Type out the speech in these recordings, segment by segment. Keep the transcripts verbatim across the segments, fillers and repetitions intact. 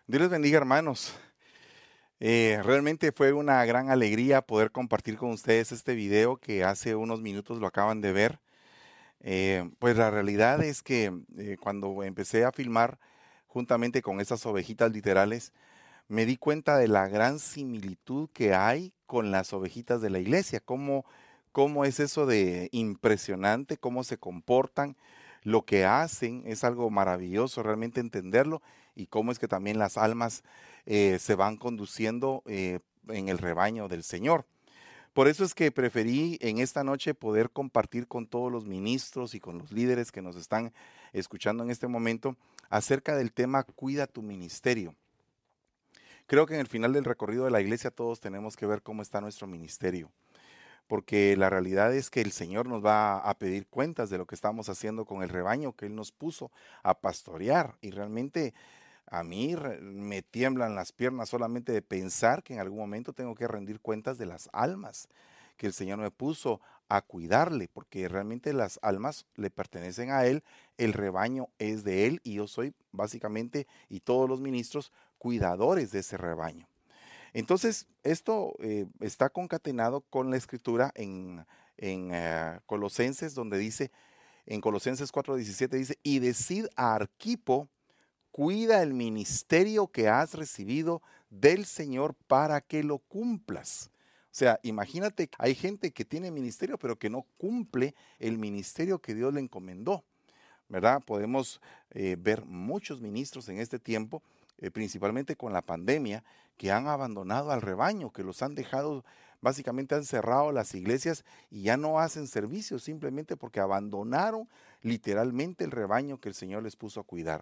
Dios les bendiga, hermanos. Eh, realmente fue una gran alegría poder compartir con ustedes este video que hace unos minutos lo acaban de ver. Eh, pues la realidad es que eh, cuando empecé a filmar juntamente con esas ovejitas literales, me di cuenta de la gran similitud que hay con las ovejitas de la iglesia. Cómo, cómo es eso de impresionante, cómo se comportan, lo que hacen, es algo maravilloso realmente entenderlo, y cómo es que también las almas eh, se van conduciendo eh, en el rebaño del Señor. Por eso es que preferí en esta noche poder compartir con todos los ministros y con los líderes que nos están escuchando en este momento acerca del tema Cuida tu ministerio. Creo que en el final del recorrido de la iglesia todos tenemos que ver cómo está nuestro ministerio, porque la realidad es que el Señor nos va a pedir cuentas de lo que estamos haciendo con el rebaño que Él nos puso a pastorear. Y realmente a mí re- me tiemblan las piernas solamente de pensar que en algún momento tengo que rendir cuentas de las almas que el Señor me puso a cuidarle, porque realmente las almas le pertenecen a Él, el rebaño es de Él y yo soy básicamente, y todos los ministros, cuidadores de ese rebaño. Entonces, esto eh, está concatenado con la escritura en, en eh, Colosenses, donde dice, en Colosenses cuatro diecisiete dice, y decid a Arquipo, cuida el ministerio que has recibido del Señor para que lo cumplas. O sea, imagínate, hay gente que tiene ministerio, pero que no cumple el ministerio que Dios le encomendó. ¿Verdad? Podemos eh, ver muchos ministros en este tiempo, eh, principalmente con la pandemia, que han abandonado al rebaño, que los han dejado, básicamente han cerrado las iglesias y ya no hacen servicio simplemente porque abandonaron literalmente el rebaño que el Señor les puso a cuidar.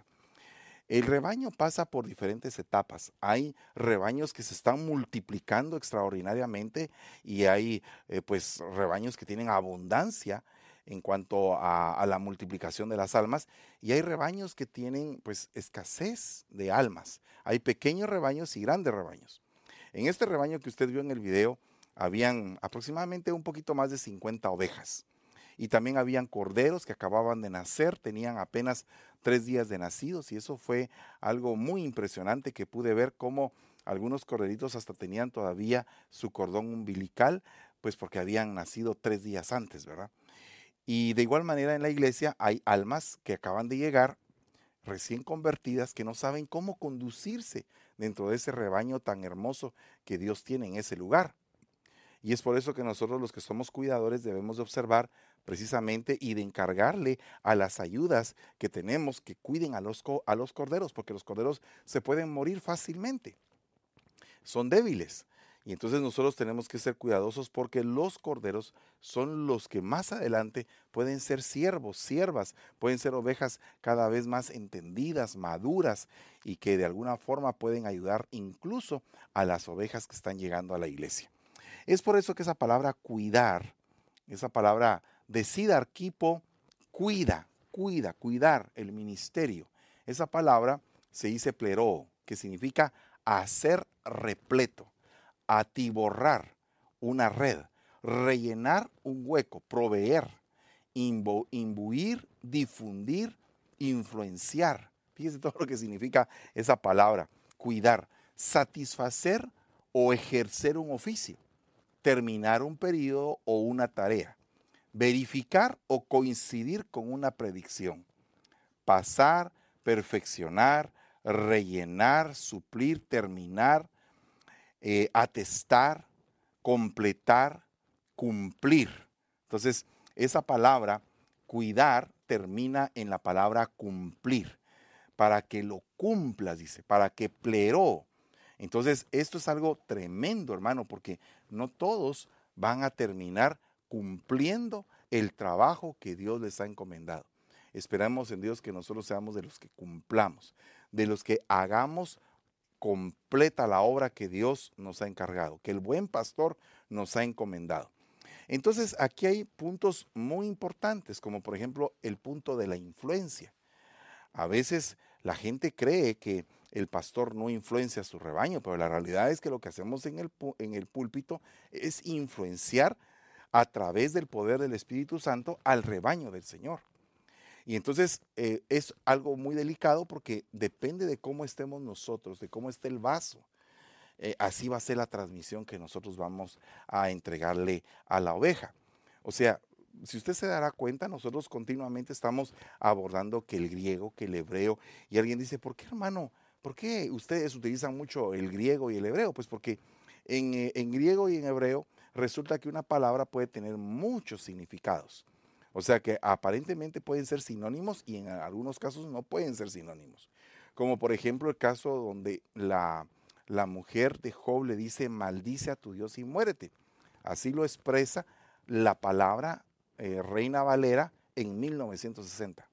El rebaño pasa por diferentes etapas. Hay rebaños que se están multiplicando extraordinariamente y hay eh, pues rebaños que tienen abundancia en cuanto a, a la multiplicación de las almas, y hay rebaños que tienen pues escasez de almas. Hay pequeños rebaños y grandes rebaños. En este rebaño que usted vio en el video, habían aproximadamente un poquito más de cincuenta ovejas. Y también habían corderos que acababan de nacer, tenían apenas tres días de nacidos, y eso fue algo muy impresionante, que pude ver cómo algunos corderitos hasta tenían todavía su cordón umbilical, pues porque habían nacido tres días antes, ¿verdad? Y de igual manera en la iglesia hay almas que acaban de llegar, recién convertidas, que no saben cómo conducirse dentro de ese rebaño tan hermoso que Dios tiene en ese lugar. Y es por eso que nosotros, los que somos cuidadores, debemos de observar precisamente y de encargarle a las ayudas que tenemos que cuiden a los, co- a los corderos, porque los corderos se pueden morir fácilmente, son débiles. Y entonces nosotros tenemos que ser cuidadosos, porque los corderos son los que más adelante pueden ser siervos, siervas, pueden ser ovejas cada vez más entendidas, maduras, y que de alguna forma pueden ayudar incluso a las ovejas que están llegando a la iglesia. Es por eso que esa palabra cuidar, esa palabra decida Arquipo, cuida, cuida, cuidar el ministerio. Esa palabra se dice pleroo, que significa hacer repleto, atiborrar una red, rellenar un hueco, proveer, imbu- imbuir, difundir, influenciar. Fíjese todo lo que significa esa palabra, cuidar, satisfacer o ejercer un oficio, terminar un periodo o una tarea, verificar o coincidir con una predicción, pasar, perfeccionar, rellenar, suplir, terminar, eh, atestar, completar, cumplir. Entonces, esa palabra, cuidar, termina en la palabra cumplir. Para que lo cumplas, dice, para que pleró. Entonces, esto es algo tremendo, hermano, porque no todos van a terminar cumpliendo el trabajo que Dios les ha encomendado. Esperamos en Dios que nosotros seamos de los que cumplamos, de los que hagamos completa la obra que Dios nos ha encargado, que el buen pastor nos ha encomendado. Entonces, aquí hay puntos muy importantes, como por ejemplo el punto de la influencia. A veces la gente cree que el pastor no influencia a su rebaño, pero la realidad es que lo que hacemos en el, en el púlpito es influenciar a través del poder del Espíritu Santo al rebaño del Señor. Y entonces eh, es algo muy delicado porque depende de cómo estemos nosotros, de cómo esté el vaso. Eh, así va a ser la transmisión que nosotros vamos a entregarle a la oveja. O sea, si usted se dará cuenta, nosotros continuamente estamos abordando que el griego, que el hebreo, y alguien dice, ¿por qué, hermano? ¿Por qué ustedes utilizan mucho el griego y el hebreo? Pues porque en, eh, en griego y en hebreo resulta que una palabra puede tener muchos significados. O sea que aparentemente pueden ser sinónimos y en algunos casos no pueden ser sinónimos. Como por ejemplo el caso donde la, la mujer de Job le dice, maldice a tu Dios y muérete. Así lo expresa la palabra eh, Reina Valera en mil novecientos sesenta.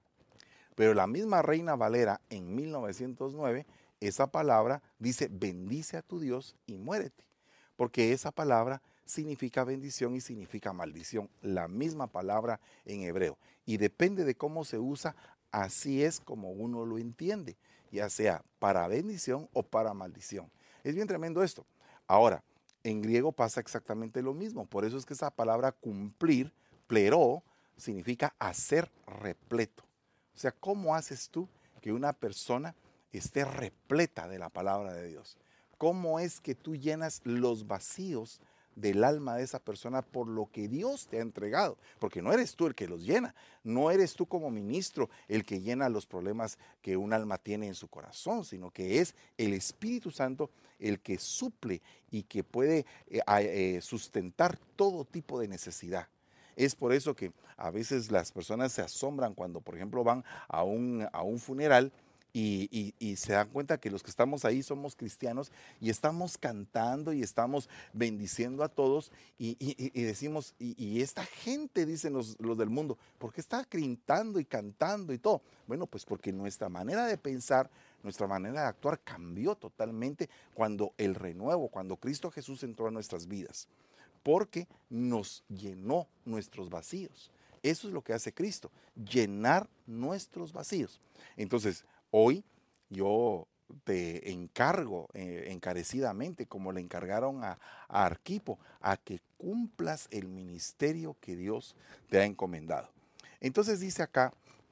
Pero la misma Reina Valera en mil novecientos nueve, esa palabra dice, bendice a tu Dios y muérete. Porque esa palabra significa bendición y significa maldición. La misma palabra en hebreo. Y depende de cómo se usa, así es como uno lo entiende. Ya sea para bendición o para maldición. Es bien tremendo esto. Ahora, en griego pasa exactamente lo mismo. Por eso es que esa palabra cumplir, pleró, significa hacer repleto. O sea, ¿cómo haces tú que una persona esté repleta de la palabra de Dios? ¿Cómo es que tú llenas los vacíos del alma de esa persona por lo que Dios te ha entregado? Porque no eres tú el que los llena, no eres tú como ministro el que llena los problemas que un alma tiene en su corazón, sino que es el Espíritu Santo el que suple y que puede eh, eh, sustentar todo tipo de necesidad. Es por eso que a veces las personas se asombran cuando, por ejemplo, van a un, a un funeral y, y, y se dan cuenta que los que estamos ahí somos cristianos y estamos cantando y estamos bendiciendo a todos y, y, y decimos, y, y esta gente, dicen los, los del mundo, ¿por qué está gritando y cantando y todo? Bueno, pues porque nuestra manera de pensar, nuestra manera de actuar cambió totalmente cuando el renuevo, cuando Cristo Jesús entró a nuestras vidas. Porque nos llenó nuestros vacíos. Eso es lo que hace Cristo, llenar nuestros vacíos. Entonces, hoy yo te encargo eh, encarecidamente, como le encargaron a, a Arquipo, a que cumplas el ministerio que Dios te ha encomendado. Entonces dice acá,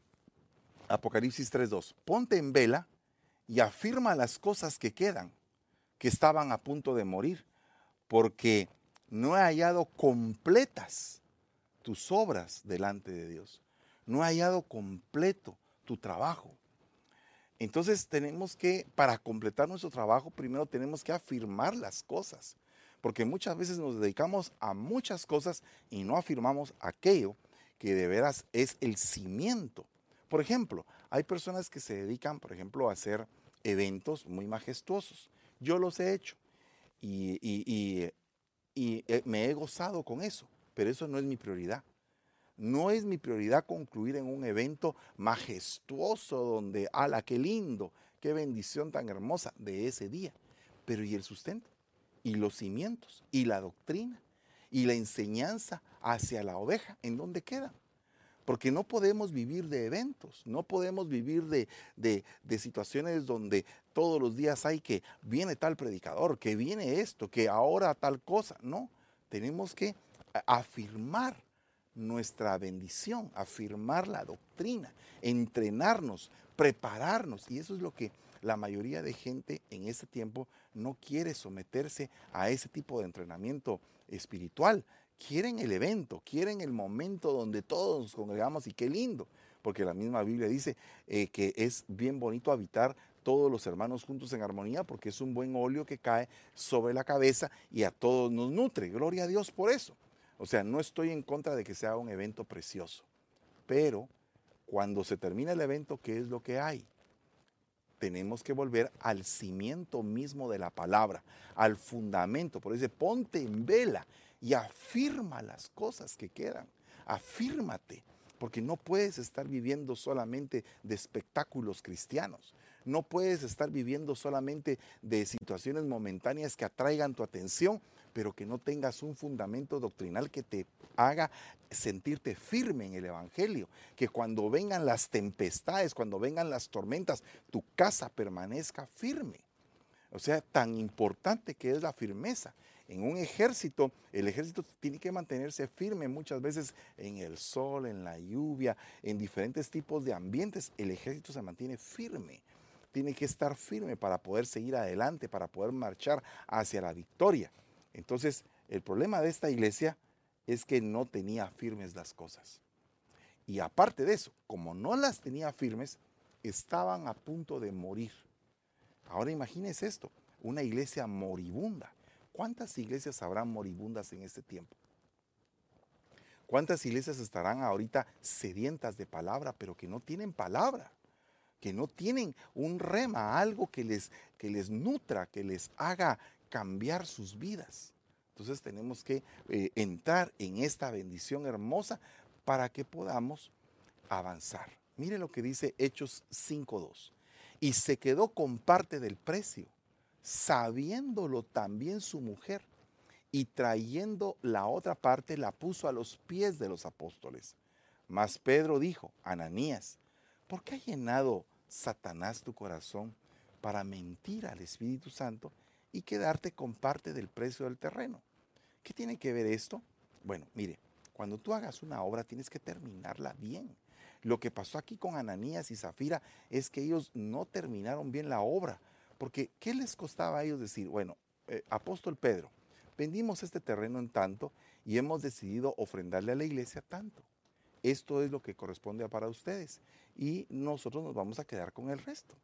Apocalipsis tres dos, ponte en vela y afirma las cosas que quedan, que estaban a punto de morir, porque no he hallado completas tus obras delante de Dios. No he hallado completo tu trabajo. Entonces tenemos que, para completar nuestro trabajo, primero tenemos que afirmar las cosas. Porque muchas veces nos dedicamos a muchas cosas y no afirmamos aquello que de veras es el cimiento. Por ejemplo, hay personas que se dedican, por ejemplo, a hacer eventos muy majestuosos. Yo los he hecho. Y, y, y Y me he gozado con eso, pero eso no es mi prioridad. No es mi prioridad concluir en un evento majestuoso donde, ala, qué lindo, qué bendición tan hermosa de ese día. Pero ¿y el sustento? ¿Y los cimientos? ¿Y la doctrina? ¿Y la enseñanza hacia la oveja? ¿En dónde quedan? Porque no podemos vivir de eventos, no podemos vivir de, de, de situaciones donde todos los días hay que viene tal predicador, que viene esto, que ahora tal cosa. No, tenemos que afirmar nuestra bendición, afirmar la doctrina, entrenarnos, prepararnos. Y eso es lo que la mayoría de gente en este tiempo no quiere someterse a ese tipo de entrenamiento espiritual. Quieren el evento, quieren el momento donde todos nos congregamos y qué lindo, porque la misma Biblia dice eh, que es bien bonito habitar todos los hermanos juntos en armonía porque es un buen óleo que cae sobre la cabeza y a todos nos nutre. Gloria a Dios por eso. O sea, no estoy en contra de que sea un evento precioso, pero cuando se termina el evento, ¿qué es lo que hay? Tenemos que volver al cimiento mismo de la palabra, al fundamento. Por eso dice, ponte en vela y afirma las cosas que quedan. Afírmate, porque no puedes estar viviendo solamente de espectáculos cristianos. No puedes estar viviendo solamente de situaciones momentáneas que atraigan tu atención, pero que no tengas un fundamento doctrinal que te haga sentirte firme en el Evangelio. Que cuando vengan las tempestades, cuando vengan las tormentas, tu casa permanezca firme. O sea, tan importante que es la firmeza. En un ejército, el ejército tiene que mantenerse firme muchas veces en el sol, en la lluvia, en diferentes tipos de ambientes. El ejército se mantiene firme. Tiene que estar firme para poder seguir adelante, para poder marchar hacia la victoria. Entonces, el problema de esta iglesia es que no tenía firmes las cosas. Y aparte de eso, como no las tenía firmes, estaban a punto de morir. Ahora imagínense esto, una iglesia moribunda. ¿Cuántas iglesias habrán moribundas en este tiempo? ¿Cuántas iglesias estarán ahorita sedientas de palabra, pero que no tienen palabra? Que no tienen un rema, algo que les, que les nutra, que les haga cambiar sus vidas. Entonces tenemos que eh, entrar en esta bendición hermosa para que podamos avanzar. Mire lo que dice Hechos cinco dos. Y se quedó con parte del precio, sabiéndolo también su mujer, y trayendo la otra parte la puso a los pies de los apóstoles. Mas Pedro dijo, Ananías, ¿por qué ha llenado Satanás tu corazón para mentir al Espíritu Santo y quedarte con parte del precio del terreno? ¿Qué tiene que ver esto? Bueno, mire, cuando tú hagas una obra tienes que terminarla bien. Lo que pasó aquí con Ananías y Zafira es que ellos no terminaron bien la obra, porque ¿qué les costaba a ellos decir? Bueno, eh, apóstol Pedro, vendimos este terreno en tanto y hemos decidido ofrendarle a la iglesia tanto. Esto es lo que corresponde para ustedes y nosotros nos vamos a quedar con el resto.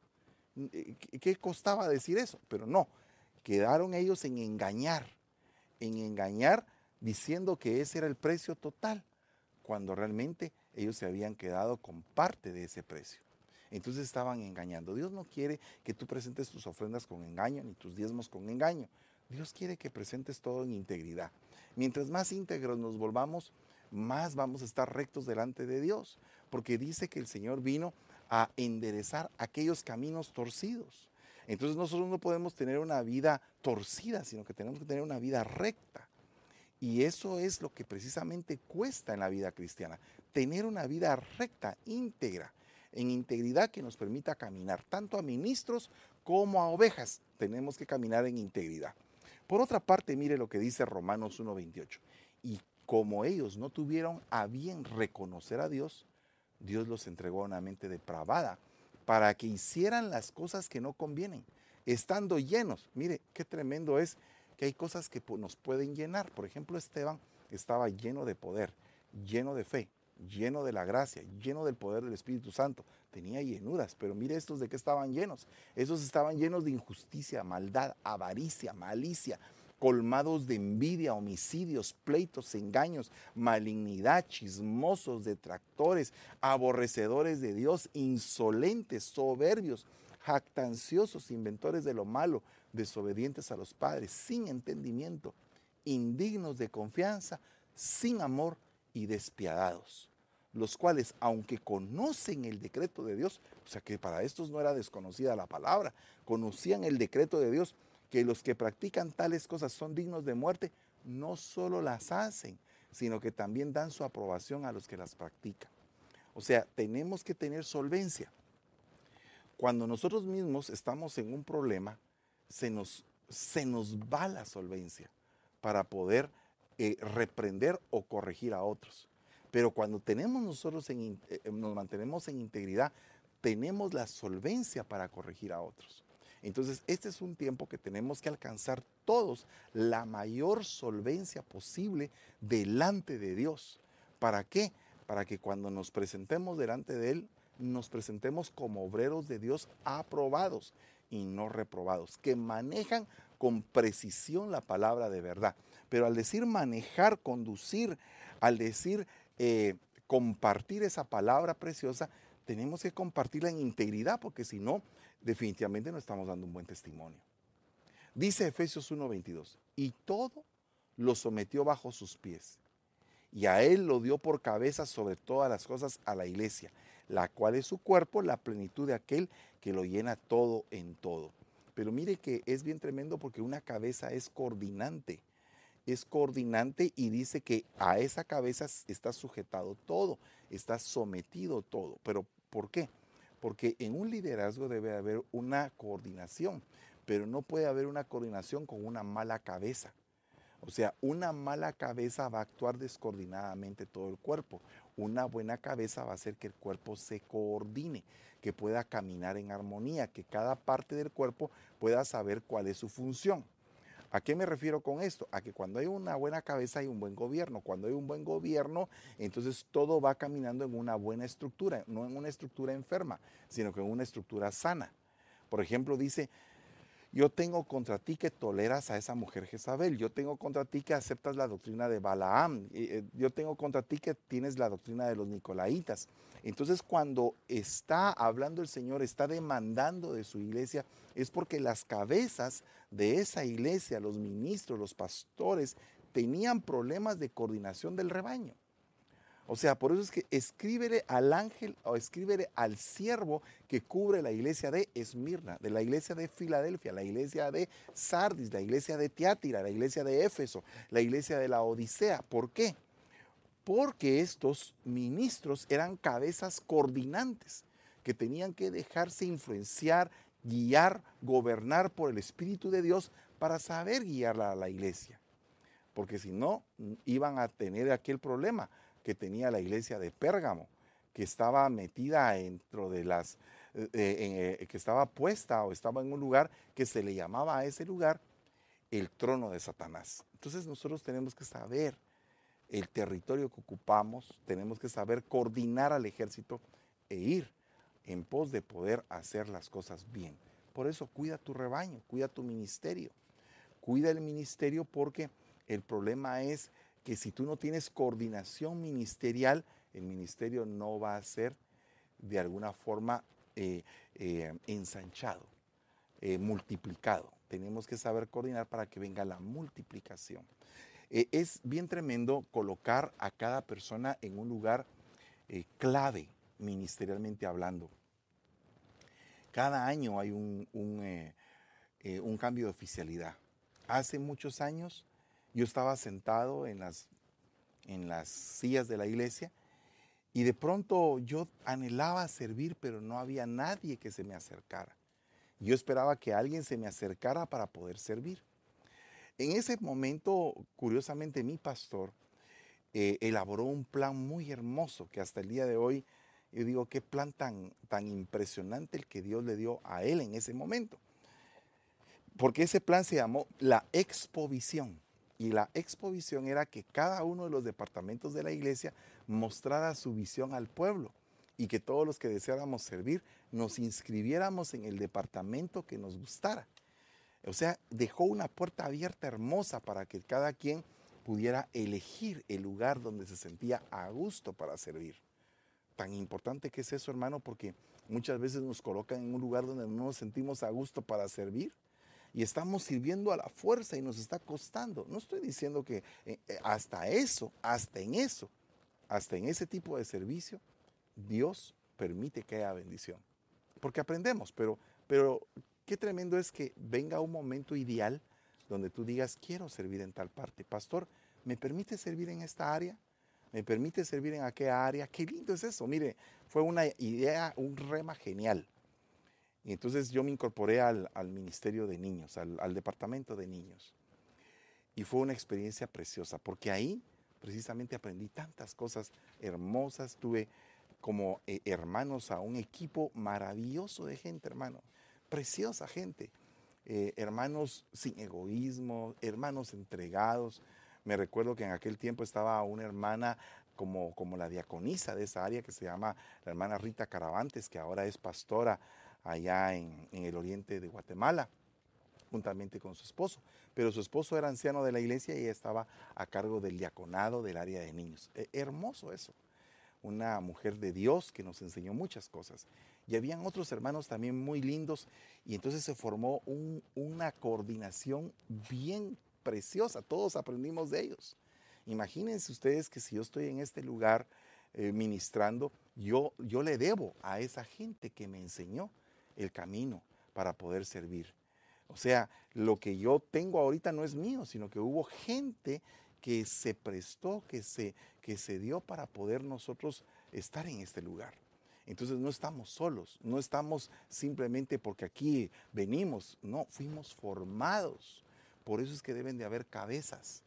¿Qué costaba decir eso? Pero no, quedaron ellos en engañar, en engañar diciendo que ese era el precio total, cuando realmente ellos se habían quedado con parte de ese precio. Entonces estaban engañando. Dios no quiere que tú presentes tus ofrendas con engaño, ni tus diezmos con engaño. Dios quiere que presentes todo en integridad. Mientras más íntegros nos volvamos, más vamos a estar rectos delante de Dios, porque dice que el Señor vino a enderezar aquellos caminos torcidos. Entonces nosotros no podemos tener una vida torcida, sino que tenemos que tener una vida recta. Y eso es lo que precisamente cuesta en la vida cristiana, tener una vida recta, íntegra, en integridad que nos permita caminar, tanto a ministros como a ovejas, tenemos que caminar en integridad. Por otra parte, mire lo que dice Romanos uno veintiocho, y como ellos no tuvieron a bien reconocer a Dios, Dios los entregó a una mente depravada para que hicieran las cosas que no convienen, estando llenos. Mire, qué tremendo es que hay cosas que nos pueden llenar. Por ejemplo, Esteban estaba lleno de poder, lleno de fe, lleno de la gracia, lleno del poder del Espíritu Santo. Tenía llenuras, pero mire estos de qué estaban llenos. Esos estaban llenos de injusticia, maldad, avaricia, malicia, colmados de envidia, homicidios, pleitos, engaños, malignidad, chismosos, detractores, aborrecedores de Dios, insolentes, soberbios, jactanciosos, inventores de lo malo, desobedientes a los padres, sin entendimiento, indignos de confianza, sin amor y despiadados, los cuales, aunque conocen el decreto de Dios, o sea que para estos no era desconocida la palabra, conocían el decreto de Dios, que los que practican tales cosas son dignos de muerte, no solo las hacen, sino que también dan su aprobación a los que las practican. O sea, tenemos que tener solvencia. Cuando nosotros mismos estamos en un problema, se nos, se nos va la solvencia para poder eh, reprender o corregir a otros. Pero cuando tenemos nosotros en, eh, nos mantenemos en integridad, tenemos la solvencia para corregir a otros. Entonces, este es un tiempo que tenemos que alcanzar todos la mayor solvencia posible delante de Dios. ¿Para qué? Para que cuando nos presentemos delante de Él, nos presentemos como obreros de Dios aprobados y no reprobados, que manejan con precisión la palabra de verdad. Pero al decir manejar, conducir, al decir eh, compartir esa palabra preciosa, tenemos que compartirla en integridad, porque si no, definitivamente no estamos dando un buen testimonio. Dice Efesios uno veintidós, y todo lo sometió bajo sus pies, y a él lo dio por cabeza sobre todas las cosas a la iglesia, la cual es su cuerpo, la plenitud de aquel que lo llena todo en todo. Pero mire que es bien tremendo, porque una cabeza es coordinante, es coordinante y dice que a esa cabeza está sujetado todo, está sometido todo. ¿Pero por qué? Porque en un liderazgo debe haber una coordinación, pero no puede haber una coordinación con una mala cabeza. O sea, una mala cabeza va a actuar descoordinadamente todo el cuerpo. Una buena cabeza va a hacer que el cuerpo se coordine, que pueda caminar en armonía, que cada parte del cuerpo pueda saber cuál es su función. ¿A qué me refiero con esto? A que cuando hay una buena cabeza hay un buen gobierno. Cuando hay un buen gobierno, entonces todo va caminando en una buena estructura, no en una estructura enferma, sino que en una estructura sana. Por ejemplo, dice, yo tengo contra ti que toleras a esa mujer Jezabel. Yo tengo contra ti que aceptas la doctrina de Balaam. Yo tengo contra ti que tienes la doctrina de los Nicolaitas. Entonces, cuando está hablando el Señor, está demandando de su iglesia, es porque las cabezas de esa iglesia, los ministros, los pastores, tenían problemas de coordinación del rebaño. O sea, por eso es que escríbele al ángel o escríbele al siervo que cubre la iglesia de Esmirna, de la iglesia de Filadelfia, la iglesia de Sardis, la iglesia de Tiátira, la iglesia de Éfeso, la iglesia de la Odisea. ¿Por qué? Porque estos ministros eran cabezas coordinantes que tenían que dejarse influenciar, guiar, gobernar por el Espíritu de Dios para saber guiar a la iglesia. Porque si no, iban a tener aquel problema que tenía la iglesia de Pérgamo, que estaba metida dentro de las, eh, eh, que estaba puesta o estaba en un lugar que se le llamaba a ese lugar el trono de Satanás. Entonces nosotros tenemos que saber el territorio que ocupamos, tenemos que saber coordinar al ejército e ir en pos de poder hacer las cosas bien. Por eso cuida tu rebaño, cuida tu ministerio, cuida el ministerio porque el problema es que si tú no tienes coordinación ministerial, el ministerio no va a ser de alguna forma eh, eh, ensanchado, eh, multiplicado. Tenemos que saber coordinar para que venga la multiplicación. Eh, es bien tremendo colocar a cada persona en un lugar eh, clave ministerialmente hablando. Cada año hay un, un, eh, eh, un cambio de oficialidad. Hace muchos años yo estaba sentado en las, en las sillas de la iglesia y de pronto yo anhelaba servir, pero no había nadie que se me acercara. Yo esperaba que alguien se me acercara para poder servir. En ese momento, curiosamente, mi pastor eh, elaboró un plan muy hermoso que hasta el día de hoy, yo digo, qué plan tan, tan impresionante el que Dios le dio a él en ese momento. Porque ese plan se llamó la expovisión. Y la expovisión era que cada uno de los departamentos de la iglesia mostrara su visión al pueblo y que todos los que deseáramos servir nos inscribiéramos en el departamento que nos gustara. O sea, dejó una puerta abierta hermosa para que cada quien pudiera elegir el lugar donde se sentía a gusto para servir. Tan importante que es eso, hermano, porque muchas veces nos colocan en un lugar donde no nos sentimos a gusto para servir. Y estamos sirviendo a la fuerza y nos está costando. No estoy diciendo que eh, hasta eso, hasta en eso, hasta en ese tipo de servicio, Dios permite que haya bendición. Porque aprendemos, pero, pero qué tremendo es que venga un momento ideal donde tú digas, quiero servir en tal parte. Pastor, ¿me permite servir en esta área? ¿Me permite servir en aquella área? Qué lindo es eso. Mire, fue una idea, un rema genial. Y entonces yo me incorporé al, al ministerio de niños, al, al departamento de niños. Y fue una experiencia preciosa, porque ahí precisamente aprendí tantas cosas hermosas. Tuve como eh, hermanos a un equipo maravilloso de gente, hermano. Preciosa gente. Eh, hermanos sin egoísmo, hermanos entregados. Me recuerdo que en aquel tiempo estaba una hermana como, como la diaconisa de esa área que se llama la hermana Rita Caravantes, que ahora es pastora allá en, en el oriente de Guatemala, juntamente con su esposo. Pero su esposo era anciano de la iglesia y ella estaba a cargo del diaconado del área de niños. Eh, hermoso eso. Una mujer de Dios que nos enseñó muchas cosas. Y habían otros hermanos también muy lindos y entonces se formó un, una coordinación bien preciosa. Todos aprendimos de ellos. Imagínense ustedes que si yo estoy en este lugar eh, ministrando, yo, yo le debo a esa gente que me enseñó el camino para poder servir. O sea, lo que yo tengo ahorita no es mío, sino que hubo gente que se prestó, que se, que se dio para poder nosotros estar en este lugar. Entonces no estamos solos, no estamos simplemente porque aquí venimos, no, fuimos formados. Por eso es que deben de haber cabezas,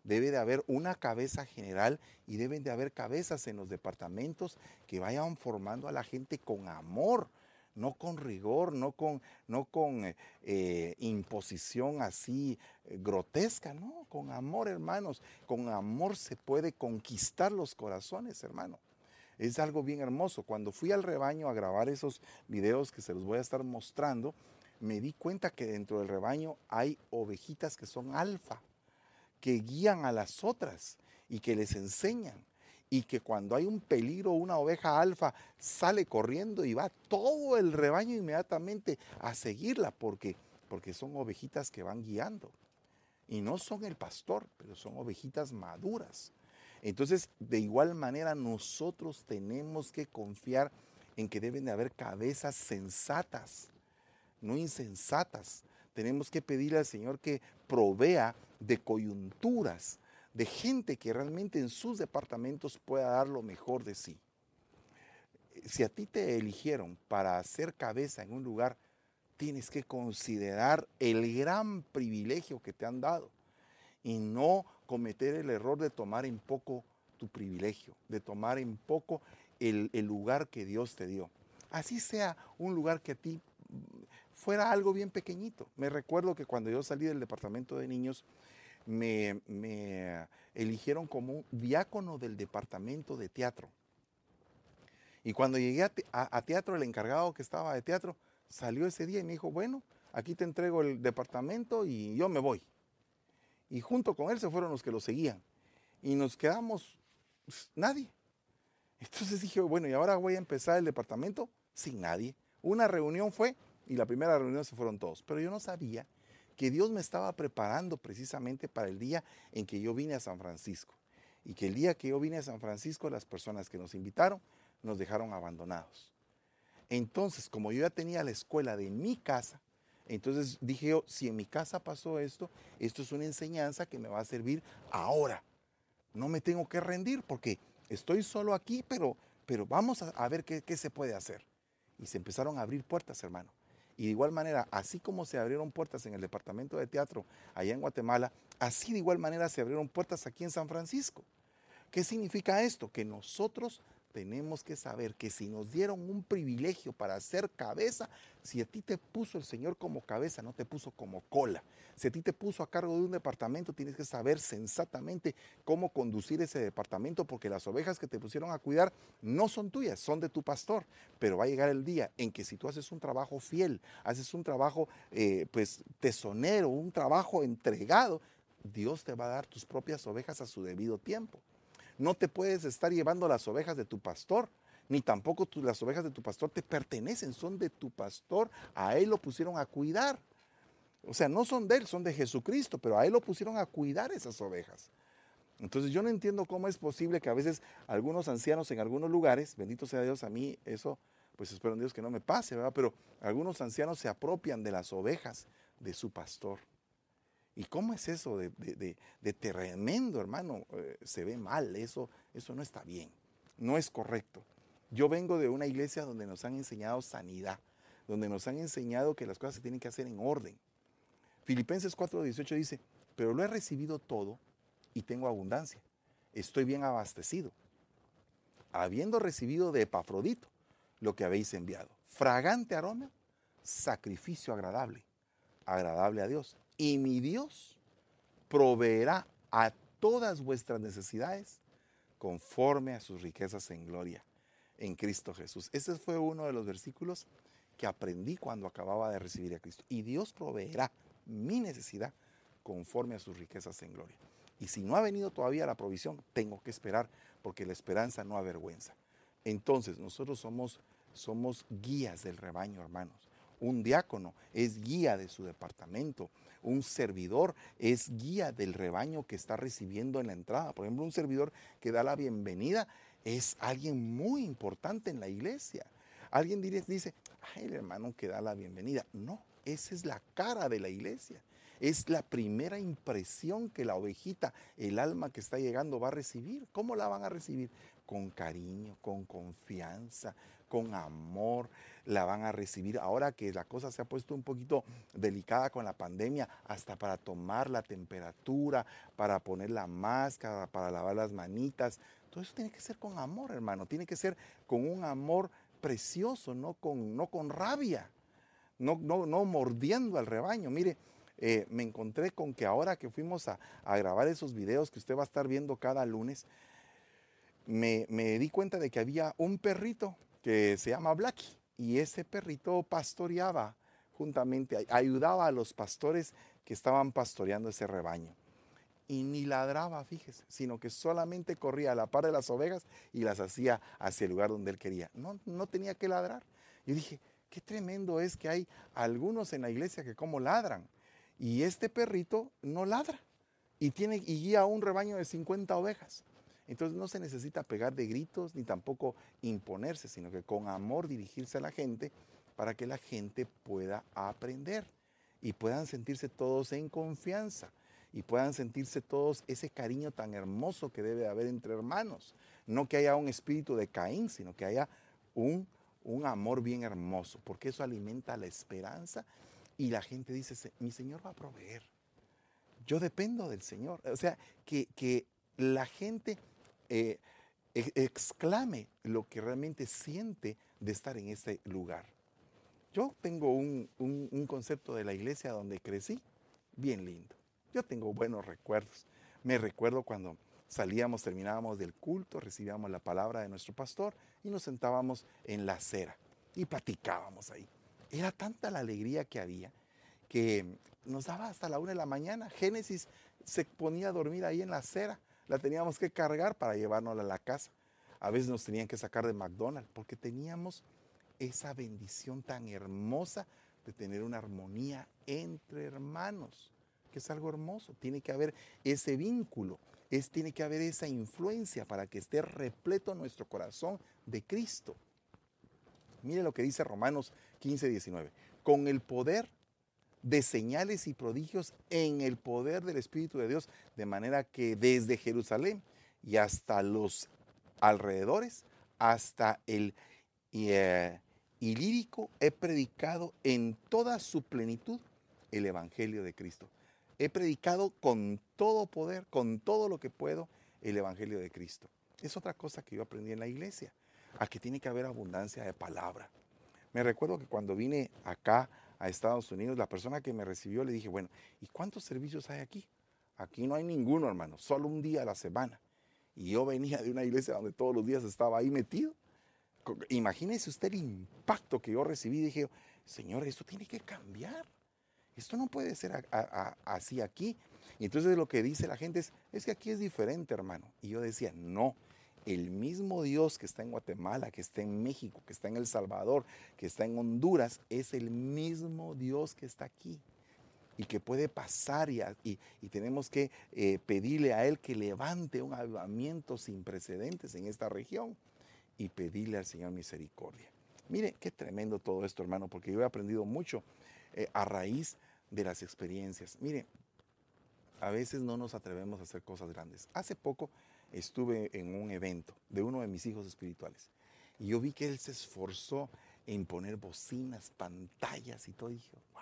debe de haber una cabeza general y deben de haber cabezas en los departamentos que vayan formando a la gente con amor, no con rigor, no con, no con eh, eh, imposición así eh, grotesca, no, con amor, hermanos. Con amor se puede conquistar los corazones, hermano. Es algo bien hermoso. Cuando fui al rebaño a grabar esos videos que se los voy a estar mostrando, me di cuenta que dentro del rebaño hay ovejitas que son alfa, que guían a las otras y que les enseñan. Y que cuando hay un peligro, una oveja alfa sale corriendo y va todo el rebaño inmediatamente a seguirla, porque, porque son ovejitas que van guiando. Y no son el pastor, pero son ovejitas maduras. Entonces, de igual manera, nosotros tenemos que confiar en que deben de haber cabezas sensatas, no insensatas. Tenemos que pedirle al Señor que provea de coyunturas, de gente que realmente en sus departamentos pueda dar lo mejor de sí. Si a ti te eligieron para ser cabeza en un lugar, tienes que considerar el gran privilegio que te han dado y no cometer el error de tomar en poco tu privilegio, de tomar en poco el, el lugar que Dios te dio. Así sea un lugar que a ti fuera algo bien pequeñito. Me recuerdo que cuando yo salí del departamento de niños, me, me eligieron como diácono del departamento de teatro. Y cuando llegué a, te, a, a teatro, el encargado que estaba de teatro salió ese día y me dijo, bueno, aquí te entrego el departamento y yo me voy. Y junto con él se fueron los que lo seguían. Y nos quedamos pues, nadie. Entonces dije, bueno, y ahora voy a empezar el departamento sin nadie. Una reunión fue y la primera reunión se fueron todos. Pero yo no sabía que Dios me estaba preparando precisamente para el día en que yo vine a San Francisco. Y que el día que yo vine a San Francisco, las personas que nos invitaron nos dejaron abandonados. Entonces, como yo ya tenía la escuela de mi casa, entonces dije yo, si en mi casa pasó esto, esto es una enseñanza que me va a servir ahora. No me tengo que rendir porque estoy solo aquí, pero, pero vamos a, a ver qué, qué se puede hacer. Y se empezaron a abrir puertas, hermano. Y de igual manera, así como se abrieron puertas en el departamento de teatro allá en Guatemala, así de igual manera se abrieron puertas aquí en San Francisco. ¿Qué significa esto? Que nosotros tenemos que saber que si nos dieron un privilegio para ser cabeza, si a ti te puso el Señor como cabeza, no te puso como cola. Si a ti te puso a cargo de un departamento, tienes que saber sensatamente cómo conducir ese departamento, porque las ovejas que te pusieron a cuidar no son tuyas, son de tu pastor. Pero va a llegar el día en que si tú haces un trabajo fiel, haces un trabajo eh, pues tesonero, un trabajo entregado, Dios te va a dar tus propias ovejas a su debido tiempo. No te puedes estar llevando las ovejas de tu pastor, ni tampoco tú, las ovejas de tu pastor te pertenecen, son de tu pastor, a él lo pusieron a cuidar. O sea, no son de él, son de Jesucristo, pero a él lo pusieron a cuidar esas ovejas. Entonces yo no entiendo cómo es posible que a veces algunos ancianos en algunos lugares, bendito sea Dios, a mí eso, pues espero en Dios que no me pase, ¿verdad? Pero algunos ancianos se apropian de las ovejas de su pastor. ¿Y cómo es eso de, de, de, de tremendo, hermano? Eh, se ve mal, eso, eso no está bien, no es correcto. Yo vengo de una iglesia donde nos han enseñado sanidad, donde nos han enseñado que las cosas se tienen que hacer en orden. Filipenses cuatro dieciocho dice, pero lo he recibido todo y tengo abundancia, estoy bien abastecido, habiendo recibido de Epafrodito lo que habéis enviado, fragante aroma, sacrificio agradable, agradable a Dios. Y mi Dios proveerá a todas vuestras necesidades conforme a sus riquezas en gloria en Cristo Jesús. Ese fue uno de los versículos que aprendí cuando acababa de recibir a Cristo. Y Dios proveerá mi necesidad conforme a sus riquezas en gloria. Y si no ha venido todavía la provisión, tengo que esperar, porque la esperanza no avergüenza. Entonces, nosotros somos, somos guías del rebaño, hermanos. Un diácono es guía de su departamento. Un servidor es guía del rebaño que está recibiendo en la entrada. Por ejemplo, un servidor que da la bienvenida es alguien muy importante en la iglesia. Alguien dice, ay, el hermano que da la bienvenida. No, esa es la cara de la iglesia. Es la primera impresión que la ovejita, el alma que está llegando, va a recibir. ¿Cómo la van a recibir? Con cariño, con confianza, con amor, la van a recibir. Ahora que la cosa se ha puesto un poquito delicada con la pandemia, hasta para tomar la temperatura, para poner la máscara, para lavar las manitas, todo eso tiene que ser con amor, hermano, tiene que ser con un amor precioso, no con, no con rabia, no, no, no mordiendo al rebaño. Mire, eh, me encontré con que ahora que fuimos a, a grabar esos videos que usted va a estar viendo cada lunes, me, me di cuenta de que había un perrito que se llama Blacky, y ese perrito pastoreaba juntamente, ayudaba a los pastores que estaban pastoreando ese rebaño. Y ni ladraba, fíjese, sino que solamente corría a la par de las ovejas y las hacía hacia el lugar donde él quería. No, no tenía que ladrar. Yo dije, qué tremendo es que hay algunos en la iglesia que como ladran. Y este perrito no ladra y, tiene, y guía a un rebaño de cincuenta ovejas. Entonces no se necesita pegar de gritos ni tampoco imponerse, sino que con amor dirigirse a la gente para que la gente pueda aprender y puedan sentirse todos en confianza y puedan sentirse todos ese cariño tan hermoso que debe haber entre hermanos. No que haya un espíritu de Caín, sino que haya un, un amor bien hermoso, porque eso alimenta la esperanza y la gente dice, mi Señor va a proveer. Yo dependo del Señor. O sea, que, que la gente eh, exclame lo que realmente siente de estar en ese lugar. Yo tengo un, un, un concepto de la iglesia donde crecí bien lindo. Yo tengo buenos recuerdos. Me recuerdo cuando salíamos, terminábamos del culto, recibíamos la palabra de nuestro pastor y nos sentábamos en la acera y platicábamos ahí. Era tanta la alegría que había que nos daba hasta la una de la mañana. Génesis se ponía a dormir ahí en la acera. La teníamos que cargar para llevárnosla a la casa. A veces nos tenían que sacar de McDonald's porque teníamos esa bendición tan hermosa de tener una armonía entre hermanos, que es algo hermoso. Tiene que haber ese vínculo, es, tiene que haber esa influencia para que esté repleto nuestro corazón de Cristo. Mire lo que dice Romanos quince, diecinueve. Con el poder de señales y prodigios en el poder del Espíritu de Dios, de manera que desde Jerusalén y hasta los alrededores, hasta el eh, Ilírico, he predicado en toda su plenitud el Evangelio de Cristo. He predicado con todo poder, con todo lo que puedo, el Evangelio de Cristo. Es otra cosa que yo aprendí en la iglesia, a que tiene que haber abundancia de palabra. Me recuerdo que cuando vine acá a Estados Unidos, la persona que me recibió le dije, bueno, ¿y cuántos servicios hay aquí? Aquí no hay ninguno, hermano, solo un día a la semana. Y yo venía de una iglesia donde todos los días estaba ahí metido. Imagínese usted el impacto que yo recibí. Dije, Señor, esto tiene que cambiar. Esto no puede ser a, a, a, así aquí. Y entonces lo que dice la gente es, es que aquí es diferente, hermano. Y yo decía, no. El mismo Dios que está en Guatemala, que está en México, que está en El Salvador, que está en Honduras, es el mismo Dios que está aquí y que puede pasar y, y, y tenemos que eh, pedirle a Él que levante un avivamiento sin precedentes en esta región y pedirle al Señor misericordia. Mire, qué tremendo todo esto, hermano, porque yo he aprendido mucho eh, a raíz de las experiencias. Mire, a veces no nos atrevemos a hacer cosas grandes. Hace poco estuve en un evento de uno de mis hijos espirituales y yo vi que él se esforzó en poner bocinas, pantallas y todo. Y dije, wow,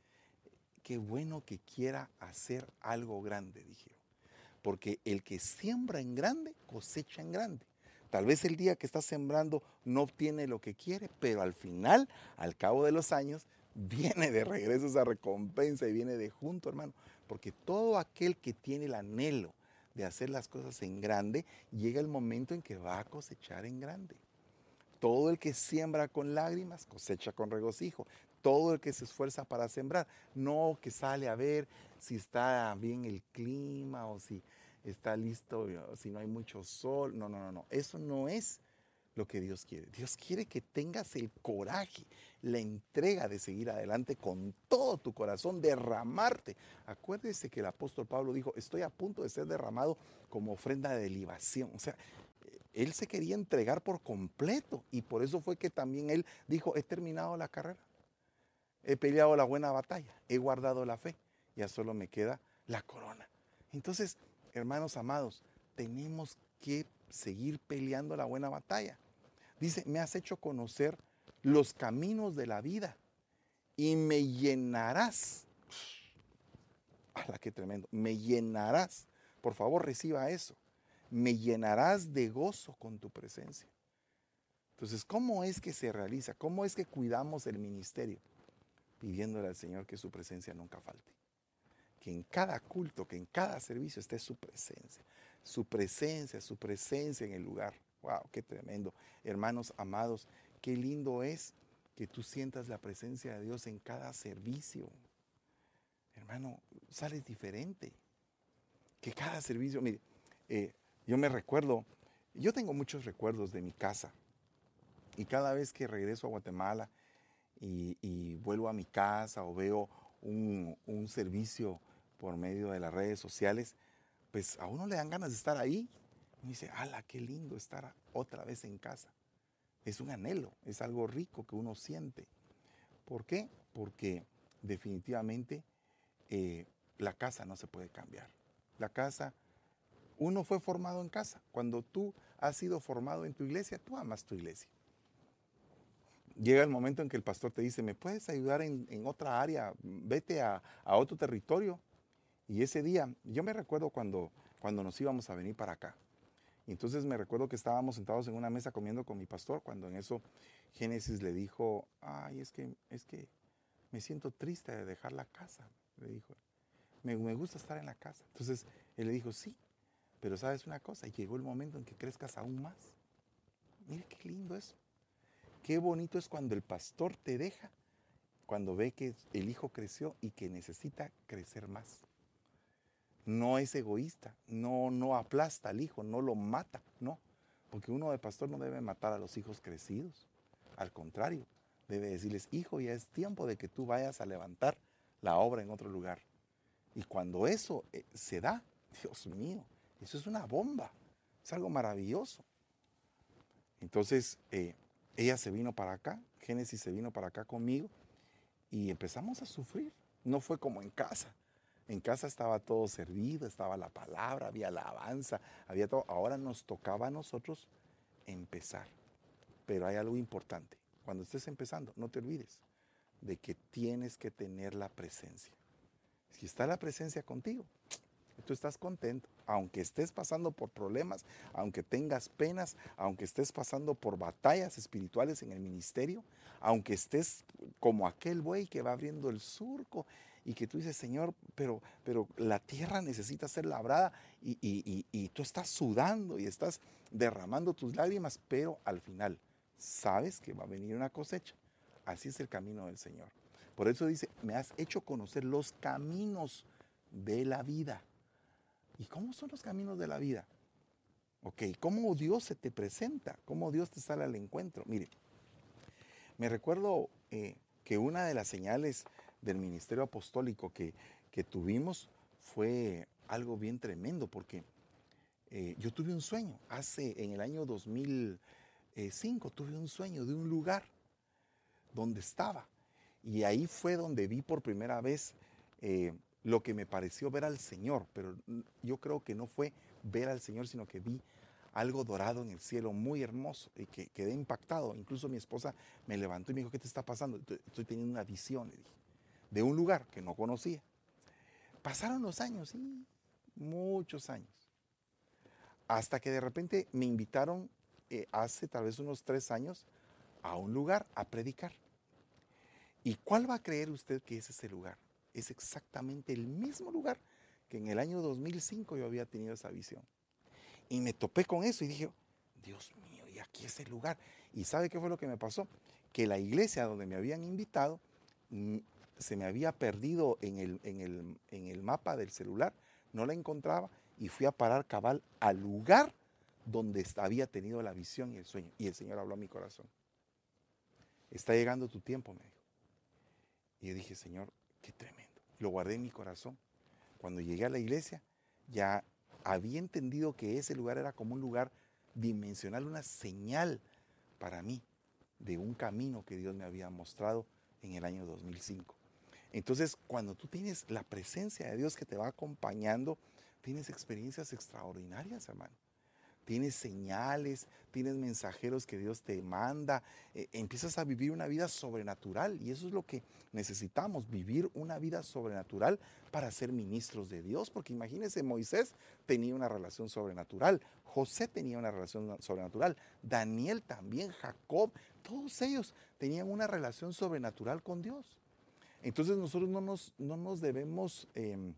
qué bueno que quiera hacer algo grande, dije yo. Porque el que siembra en grande, cosecha en grande. Tal vez el día que está sembrando no obtiene lo que quiere, pero al final, al cabo de los años, viene de regreso esa recompensa y viene de junto, hermano. Porque todo aquel que tiene el anhelo de hacer las cosas en grande, llega el momento en que va a cosechar en grande. Todo el que siembra con lágrimas, cosecha con regocijo. Todo el que se esfuerza para sembrar, no que sale a ver si está bien el clima o si está listo, si no hay mucho sol. No, no, no, no. Eso no es lo que Dios quiere. Dios quiere que tengas el coraje, la entrega de seguir adelante con todo tu corazón, derramarte. Acuérdese que el apóstol Pablo dijo, estoy a punto de ser derramado como ofrenda de libación. O sea, él se quería entregar por completo y por eso fue que también él dijo, he terminado la carrera. He peleado la buena batalla, he guardado la fe. ya solo me queda la corona. Entonces, hermanos amados, tenemos que seguir peleando la buena batalla. Dice, me has hecho conocer los caminos de la vida y me llenarás. ¡Hala, qué tremendo! Me llenarás. Por favor, reciba eso. Me llenarás de gozo con tu presencia. Entonces, ¿cómo es que se realiza? ¿Cómo es que cuidamos el ministerio? Pidiéndole al Señor que su presencia nunca falte. Que en cada culto, que en cada servicio esté su presencia. Su presencia, su presencia en el lugar. ¡Wow! ¡Qué tremendo! Hermanos amados, qué lindo es que tú sientas la presencia de Dios en cada servicio. Hermano, sales diferente. Que cada servicio, mire, eh, yo me recuerdo, yo tengo muchos recuerdos de mi casa. Y cada vez que regreso a Guatemala y, y vuelvo a mi casa o veo un, un servicio por medio de las redes sociales, pues a uno le dan ganas de estar ahí. Y dice, ¡hala, qué lindo estar otra vez en casa! Es un anhelo, es algo rico que uno siente. ¿Por qué? Porque definitivamente eh, la casa no se puede cambiar. La casa, uno fue formado en casa. Cuando tú has sido formado en tu iglesia, tú amas tu iglesia. Llega el momento en que el pastor te dice, ¿me puedes ayudar en, en otra área? Vete a, a otro territorio. Y ese día, yo me recuerdo cuando, cuando nos íbamos a venir para acá. Y entonces me recuerdo que estábamos sentados en una mesa comiendo con mi pastor, cuando en eso Génesis le dijo, ay, es que, es que me siento triste de dejar la casa. Le dijo, me, me gusta estar en la casa. Entonces él le dijo, sí, pero sabes una cosa, llegó el momento en que crezcas aún más. Mire qué lindo eso. Qué bonito es cuando el pastor te deja, cuando ve que el hijo creció y que necesita crecer más. No es egoísta, no, no aplasta al hijo, no lo mata, no. Porque uno de pastor no debe matar a los hijos crecidos. Al contrario, debe decirles, hijo, ya es tiempo de que tú vayas a levantar la obra en otro lugar. Y cuando eso eh, se da, Dios mío, eso es una bomba, es algo maravilloso. Entonces, eh, ella se vino para acá, Génesis se vino para acá conmigo y empezamos a sufrir. No fue como en casa. En casa estaba todo servido, estaba la palabra, había alabanza, había todo. Ahora nos tocaba a nosotros empezar. Pero hay algo importante. Cuando estés empezando, no te olvides de que tienes que tener la presencia. Si está la presencia contigo, tú estás contento, aunque estés pasando por problemas, aunque tengas penas, aunque estés pasando por batallas espirituales en el ministerio, aunque estés como aquel buey que va abriendo el surco y que tú dices, Señor, pero, pero la tierra necesita ser labrada y, y, y, y tú estás sudando y estás derramando tus lágrimas, pero al final sabes que va a venir una cosecha. Así es el camino del Señor. Por eso dice, me has hecho conocer los caminos de la vida. ¿Y cómo son los caminos de la vida? Ok, ¿cómo Dios se te presenta? ¿Cómo Dios te sale al encuentro? Mire, me recuerdo eh, que una de las señales del ministerio apostólico que, que tuvimos fue algo bien tremendo, porque eh, yo tuve un sueño, hace, en el año dos mil cinco, tuve un sueño de un lugar donde estaba. Y ahí fue donde vi por primera vez eh, lo que me pareció ver al Señor, pero yo creo que no fue ver al Señor, sino que vi algo dorado en el cielo, muy hermoso, y que quedé impactado. Incluso mi esposa me levantó y me dijo, ¿qué te está pasando? Estoy teniendo una visión, le dije, de un lugar que no conocía. Pasaron los años, sí, muchos años, hasta que de repente me invitaron eh, hace tal vez unos tres años a un lugar a predicar. ¿Y cuál va a creer usted que es ese lugar? Es exactamente el mismo lugar que en el año dos mil cinco yo había tenido esa visión. Y me topé con eso y dije, Dios mío, y aquí es el lugar. ¿Y sabe qué fue lo que me pasó? Que la iglesia donde me habían invitado mm, se me había perdido en el, en, el, en el mapa del celular, no la encontraba y fui a parar cabal al lugar donde había tenido la visión y el sueño. Y el Señor habló a mi corazón. Está llegando tu tiempo, me dijo. Y yo dije, Señor, qué tremendo. Lo guardé en mi corazón. Cuando llegué a la iglesia, ya había entendido que ese lugar era como un lugar dimensional, una señal para mí de un camino que Dios me había mostrado en el año dos mil cinco. Entonces, cuando tú tienes la presencia de Dios que te va acompañando, tienes experiencias extraordinarias, hermano. Tienes señales, tienes mensajeros que Dios te manda, eh, empiezas a vivir una vida sobrenatural y eso es lo que necesitamos, vivir una vida sobrenatural para ser ministros de Dios, porque imagínense, Moisés tenía una relación sobrenatural, José tenía una relación sobrenatural, Daniel también, Jacob, todos ellos tenían una relación sobrenatural con Dios. Entonces nosotros no nos, no nos debemos... Eh,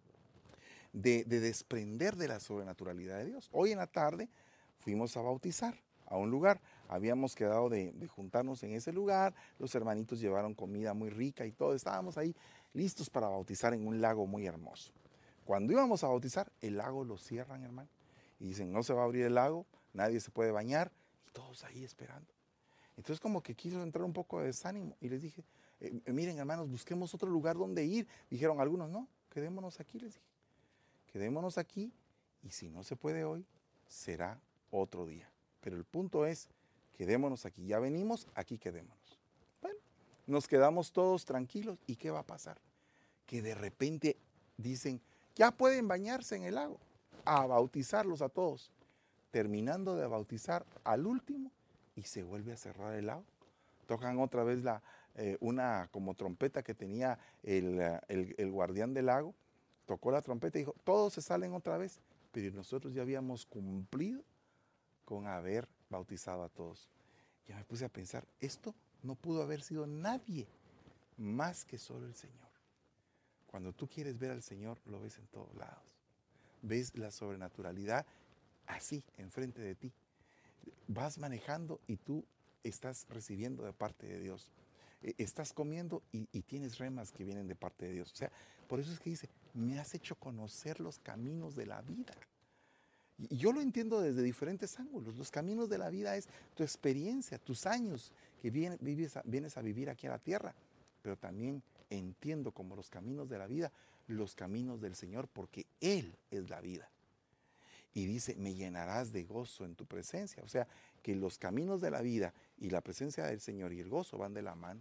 De, de desprender de la sobrenaturalidad de Dios. Hoy en la tarde fuimos a bautizar a un lugar. Habíamos quedado de, de juntarnos en ese lugar. Los hermanitos llevaron comida muy rica y todo. Estábamos ahí listos para bautizar en un lago muy hermoso. Cuando íbamos a bautizar, el lago lo cierran, hermano. Y dicen, no se va a abrir el lago, nadie se puede bañar. Y todos ahí esperando. Entonces como que quiso entrar un poco de desánimo. Y les dije, eh, miren hermanos, busquemos otro lugar donde ir. Dijeron algunos, no, quedémonos aquí, les dije. Quedémonos aquí y si no se puede hoy, será otro día. Pero el punto es, quedémonos aquí. Ya venimos, aquí quedémonos. Bueno, nos quedamos todos tranquilos. ¿Y qué va a pasar? Que de repente dicen, ya pueden bañarse en el lago. A bautizarlos a todos. Terminando de bautizar al último y se vuelve a cerrar el lago. Tocan otra vez la, eh, una como trompeta que tenía el, el, el guardián del lago. Tocó la trompeta y dijo, todos se salen otra vez, pero nosotros ya habíamos cumplido con haber bautizado a todos. Ya me puse a pensar, esto no pudo haber sido nadie más que solo el Señor. Cuando tú quieres ver al Señor, lo ves en todos lados. Ves la sobrenaturalidad así, enfrente de ti. Vas manejando y tú estás recibiendo de parte de Dios. Estás comiendo y, y tienes remas que vienen de parte de Dios. O sea, por eso es que dice, me has hecho conocer los caminos de la vida. Y yo lo entiendo desde diferentes ángulos. Los caminos de la vida es tu experiencia, tus años que vienes, vives a, vienes a vivir aquí a la tierra. Pero también entiendo como los caminos de la vida, los caminos del Señor, porque Él es la vida. Y dice, me llenarás de gozo en tu presencia. O sea, que los caminos de la vida y la presencia del Señor y el gozo van de la mano.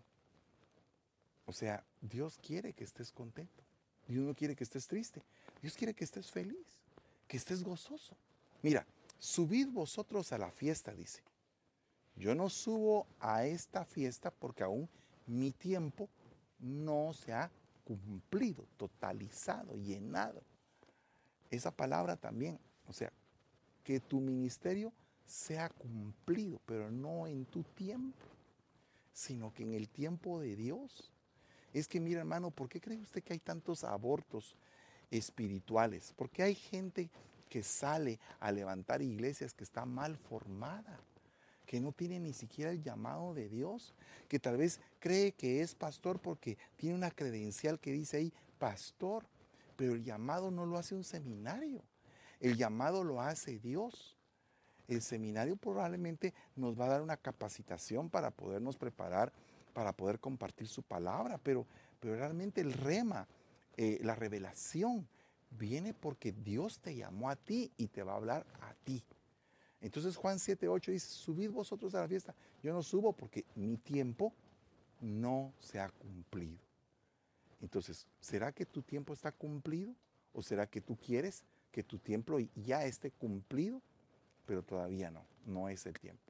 O sea, Dios quiere que estés contento. Dios no quiere que estés triste. Dios quiere que estés feliz, que estés gozoso. Mira, subid vosotros a la fiesta, dice. Yo no subo a esta fiesta porque aún mi tiempo no se ha cumplido, totalizado, llenado. Esa palabra también, o sea, que tu ministerio sea cumplido, pero no en tu tiempo, sino que en el tiempo de Dios. Es que mira, hermano, ¿por qué cree usted que hay tantos abortos espirituales? Porque hay gente que sale a levantar iglesias que está mal formada, que no tiene ni siquiera el llamado de Dios, que tal vez cree que es pastor porque tiene una credencial que dice ahí pastor, pero el llamado no lo hace un seminario, el llamado lo hace Dios. El seminario probablemente nos va a dar una capacitación para podernos preparar, para poder compartir su palabra, pero, pero realmente el rema, eh, la revelación, viene porque Dios te llamó a ti y te va a hablar a ti. Entonces Juan siete ocho dice, subid vosotros a la fiesta. Yo no subo porque mi tiempo no se ha cumplido. Entonces, ¿será que tu tiempo está cumplido? ¿O será que tú quieres que tu tiempo ya esté cumplido? Pero todavía no, no es el tiempo.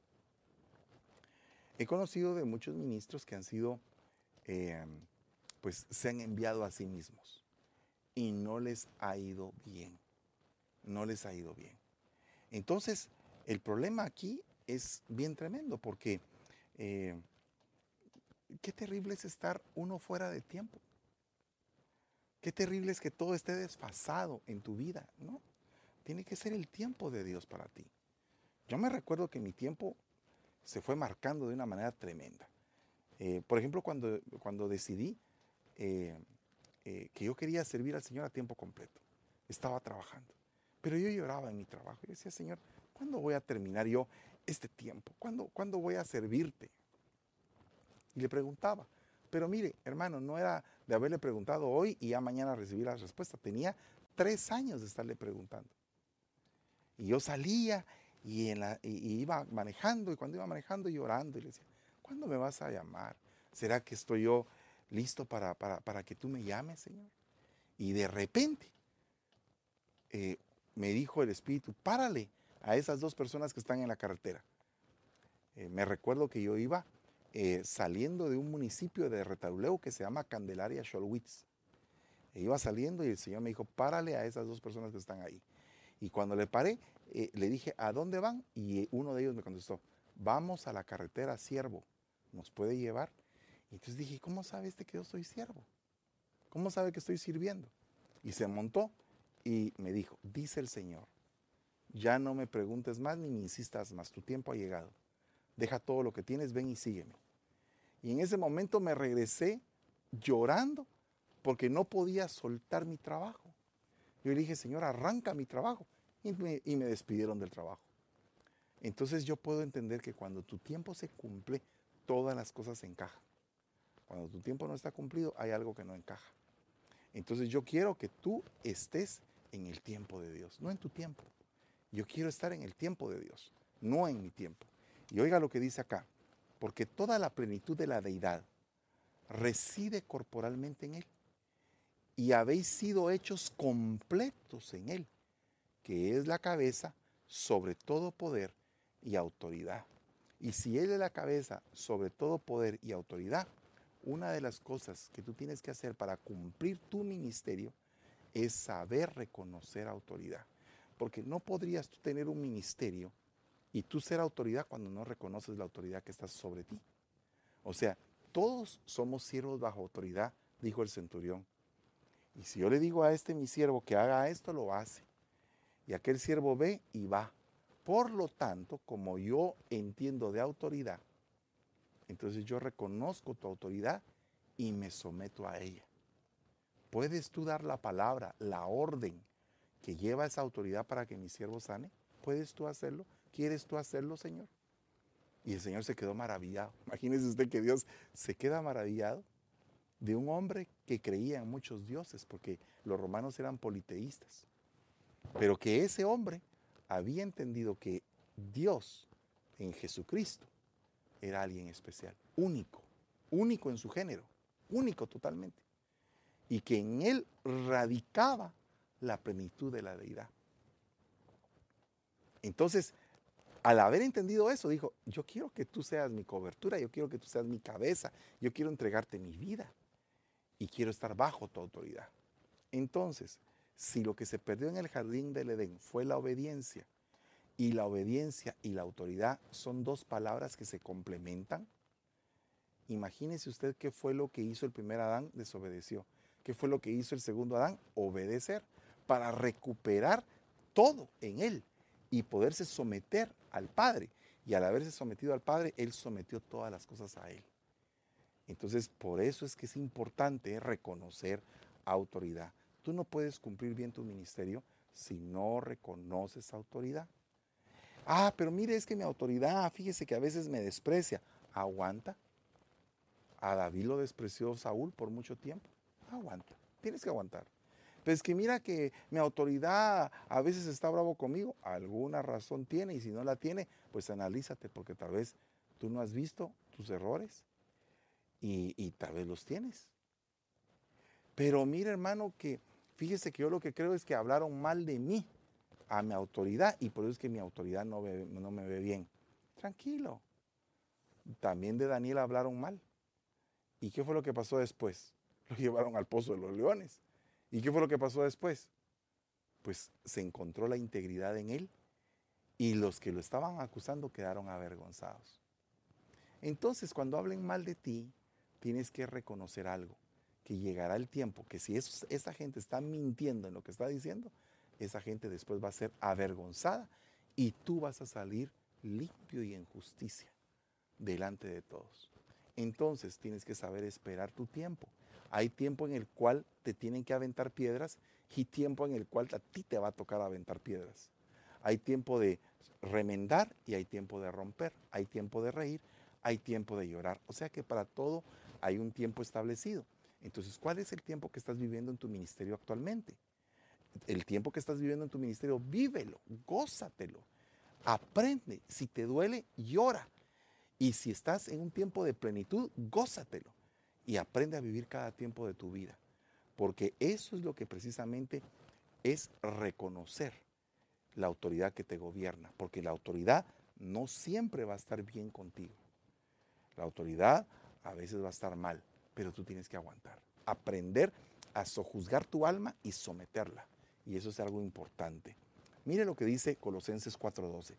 He conocido de muchos ministros que han sido, eh, pues se han enviado a sí mismos y no les ha ido bien, no les ha ido bien. Entonces, el problema aquí es bien tremendo porque eh, qué terrible es estar uno fuera de tiempo. Qué terrible es que todo esté desfasado en tu vida, ¿no? Tiene que ser el tiempo de Dios para ti. Yo me recuerdo que mi tiempo se fue marcando de una manera tremenda. Eh, por ejemplo, cuando, cuando decidí eh, eh, que yo quería servir al Señor a tiempo completo, estaba trabajando, pero yo lloraba en mi trabajo. Yo decía, Señor, ¿cuándo voy a terminar yo este tiempo? ¿Cuándo, ¿cuándo voy a servirte? Y le preguntaba, pero mire, hermano, no era de haberle preguntado hoy y ya mañana recibir la respuesta. Tenía tres años de estarle preguntando. Y yo salía y, en la, y, y iba manejando, y cuando iba manejando llorando, y le decía, ¿cuándo me vas a llamar? ¿Será que estoy yo listo para, para, para que tú me llames, Señor. Y de repente eh, me dijo el Espíritu, párale a esas dos personas que están en la carretera. Eh, me recuerdo que yo iba eh, saliendo de un municipio de Retaluleu que se llama Candelaria Xolwitz. E iba saliendo y el Señor me dijo, párale a esas dos personas que están ahí. Y cuando le paré, eh, le dije, ¿a dónde van? Y uno de ellos me contestó, vamos a la carretera Siervo, ¿nos puede llevar? Y entonces dije, ¿cómo sabe este que yo soy siervo? ¿Cómo sabe que estoy sirviendo? Y se montó y me dijo, dice el Señor, ya no me preguntes más ni me insistas más, tu tiempo ha llegado. Deja todo lo que tienes, ven y sígueme. Y en ese momento me regresé llorando porque no podía soltar mi trabajo. Yo le dije, Señor, arranca mi trabajo. Y me, y me despidieron del trabajo. Entonces yo puedo entender que cuando tu tiempo se cumple, todas las cosas se encajan. Cuando tu tiempo no está cumplido, hay algo que no encaja. Entonces yo quiero que tú estés en el tiempo de Dios, no en tu tiempo. Yo quiero estar en el tiempo de Dios, no en mi tiempo. Y oiga lo que dice acá, porque toda la plenitud de la deidad reside corporalmente en Él. Y habéis sido hechos completos en Él, que es la cabeza sobre todo poder y autoridad. Y si Él es la cabeza sobre todo poder y autoridad, una de las cosas que tú tienes que hacer para cumplir tu ministerio es saber reconocer autoridad. Porque no podrías tú tener un ministerio y tú ser autoridad cuando no reconoces la autoridad que está sobre ti. O sea, todos somos siervos bajo autoridad, dijo el centurión. Y si yo le digo a este mi siervo que haga esto, lo hace. Y aquel siervo ve y va. Por lo tanto, como yo entiendo de autoridad, entonces yo reconozco tu autoridad y me someto a ella. ¿Puedes tú dar la palabra, la orden que lleva esa autoridad para que mi siervo sane? ¿Puedes tú hacerlo? ¿Quieres tú hacerlo, Señor? Y el Señor se quedó maravillado. Imagínese usted que Dios se queda maravillado de un hombre que creía en muchos dioses, porque los romanos eran politeístas. Pero que ese hombre había entendido que Dios en Jesucristo era alguien especial, único, único en su género, único totalmente. Y que en él radicaba la plenitud de la deidad. Entonces, al haber entendido eso, dijo, yo quiero que tú seas mi cobertura, yo quiero que tú seas mi cabeza, yo quiero entregarte mi vida y quiero estar bajo tu autoridad. Entonces, si lo que se perdió en el jardín del Edén fue la obediencia, y la obediencia y la autoridad son dos palabras que se complementan, imagínese usted qué fue lo que hizo el primer Adán, desobedeció. ¿Qué fue lo que hizo el segundo Adán? Obedecer, para recuperar todo en él y poderse someter al Padre. Y al haberse sometido al Padre, él sometió todas las cosas a él. Entonces, por eso es que es importante reconocer autoridad. Tú no puedes cumplir bien tu ministerio si no reconoces autoridad. Ah, pero mire, es que mi autoridad, fíjese que a veces me desprecia. Aguanta. A David lo despreció Saúl por mucho tiempo. Aguanta, tienes que aguantar. Pero es que mira que mi autoridad a veces está bravo conmigo. Alguna razón tiene, y si no la tiene, pues analízate, porque tal vez tú no has visto tus errores y, y tal vez los tienes. Pero mira, hermano, que fíjese que yo lo que creo es que hablaron mal de mí a mi autoridad y por eso es que mi autoridad no, ve, no me ve bien. Tranquilo. También de Daniel hablaron mal. ¿Y qué fue lo que pasó después? Lo llevaron al pozo de los leones. ¿Y qué fue lo que pasó después? Pues se encontró la integridad en él y los que lo estaban acusando quedaron avergonzados. Entonces, cuando hablen mal de ti, tienes que reconocer algo, que llegará el tiempo que si esos, esa gente está mintiendo en lo que está diciendo, esa gente después va a ser avergonzada y tú vas a salir limpio y en justicia delante de todos. Entonces tienes que saber esperar tu tiempo. Hay tiempo en el cual te tienen que aventar piedras y tiempo en el cual a ti te va a tocar aventar piedras. Hay tiempo de remendar y hay tiempo de romper. Hay tiempo de reír, hay tiempo de llorar. O sea que para todo hay un tiempo establecido. Entonces, ¿cuál es el tiempo que estás viviendo en tu ministerio actualmente? El tiempo que estás viviendo en tu ministerio, vívelo, gózatelo, aprende. Si te duele, llora. Y si estás en un tiempo de plenitud, gózatelo. y aprende a vivir cada tiempo de tu vida, porque eso es lo que precisamente es reconocer la autoridad que te gobierna, porque la autoridad no siempre va a estar bien contigo. La autoridad a veces va a estar mal, pero tú tienes que aguantar, aprender a sojuzgar tu alma y someterla, y eso es algo importante. Mire lo que dice Colosenses cuatro doce.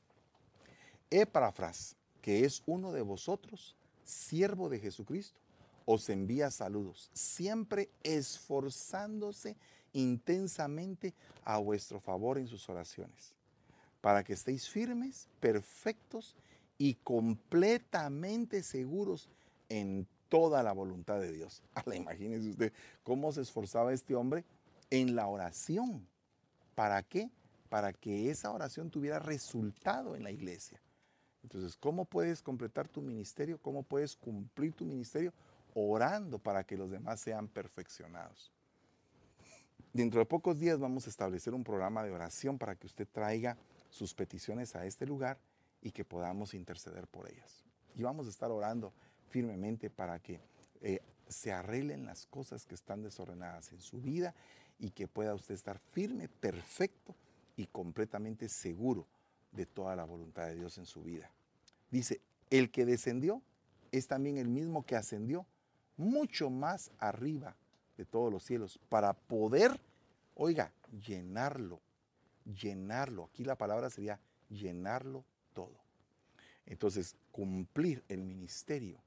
Epafras, que es uno de vosotros, siervo de Jesucristo, os envía saludos, siempre esforzándose intensamente a vuestro favor en sus oraciones, para que estéis firmes, perfectos y completamente seguros en toda la voluntad de Dios. Ala, imagínense usted cómo se esforzaba este hombre en la oración. ¿Para qué? Para que esa oración tuviera resultado en la iglesia. Entonces, ¿cómo puedes completar tu ministerio? ¿Cómo puedes cumplir tu ministerio? Orando para que los demás sean perfeccionados. Dentro de pocos días vamos a establecer un programa de oración para que usted traiga sus peticiones a este lugar y que podamos interceder por ellas. Y vamos a estar orando firmemente para que eh, se arreglen las cosas que están desordenadas en su vida y que pueda usted estar firme, perfecto y completamente seguro de toda la voluntad de Dios en su vida. Dice, el que descendió es también el mismo que ascendió mucho más arriba de todos los cielos para poder, oiga, llenarlo, llenarlo. Aquí la palabra sería llenarlo todo. Entonces, cumplir el ministerio,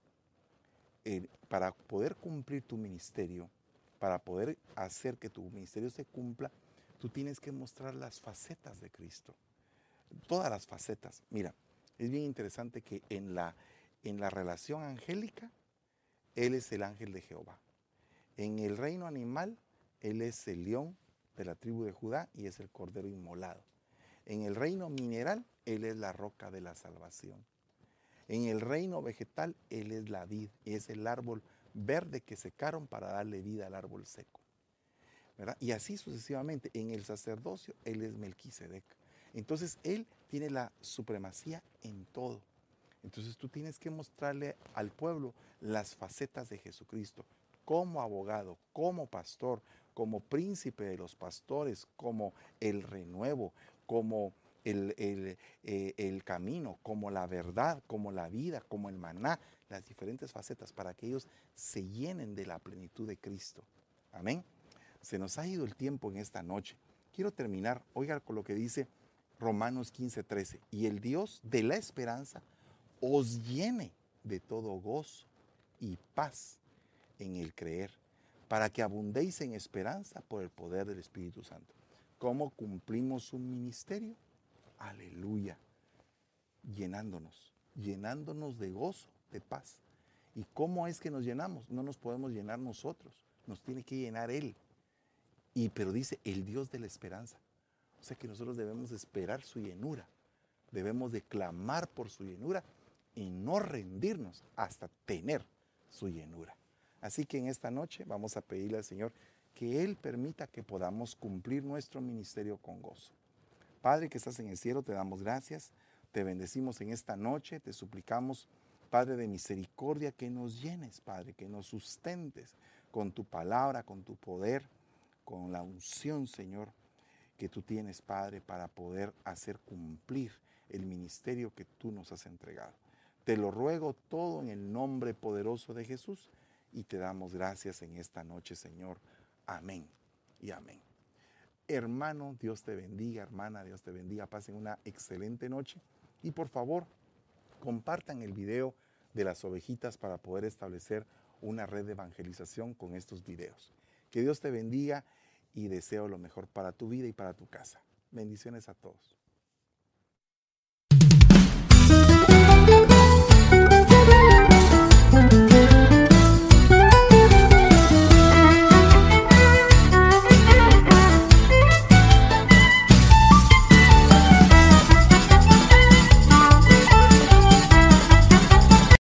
eh, para poder cumplir tu ministerio, para poder hacer que tu ministerio se cumpla, tú tienes que mostrar las facetas de Cristo. Todas las facetas. Mira, es bien interesante que en la, en la relación angélica, Él es el ángel de Jehová. En el reino animal, Él es el león de la tribu de Judá y es el cordero inmolado. En el reino mineral, Él es la roca de la salvación. En el reino vegetal, Él es la vid, es el árbol verde que secaron para darle vida al árbol seco, ¿verdad? Y así sucesivamente. En el sacerdocio, Él es Melquisedec. Entonces, Él tiene la supremacía en todo. Entonces, tú tienes que mostrarle al pueblo las facetas de Jesucristo, como abogado, como pastor, como príncipe de los pastores, como el renuevo, como el, el, eh, el camino, como la verdad, como la vida, como el maná, las diferentes facetas para que ellos se llenen de la plenitud de Cristo. Amén. Se nos ha ido el tiempo en esta noche. Quiero terminar, oiga con lo que dice Romanos quince trece. Y el Dios de la esperanza os llene de todo gozo y paz en el creer, para que abundéis en esperanza por el poder del Espíritu Santo. ¿Cómo cumplimos un ministerio? Aleluya. Llenándonos, llenándonos de gozo, de paz. ¿Y cómo es que nos llenamos? No nos podemos llenar nosotros, nos tiene que llenar Él. Y pero dice, el Dios de la esperanza. O sea que nosotros debemos esperar su llenura, debemos de clamar por su llenura y no rendirnos hasta tener su llenura. Así que en esta noche vamos a pedirle al Señor que Él permita que podamos cumplir nuestro ministerio con gozo. Padre que estás en el cielo, te damos gracias, te bendecimos en esta noche, te suplicamos, Padre de misericordia, que nos llenes, Padre, que nos sustentes con tu palabra, con tu poder, con la unción, Señor, que tú tienes, Padre, para poder hacer cumplir el ministerio que tú nos has entregado. Te lo ruego todo en el nombre poderoso de Jesús y te damos gracias en esta noche, Señor. Amén y amén. Hermano, Dios te bendiga, hermana, Dios te bendiga. Pasen una excelente noche y por favor, compartan el video de las ovejitas para poder establecer una red de evangelización con estos videos. Que Dios te bendiga y deseo lo mejor para tu vida y para tu casa. Bendiciones a todos.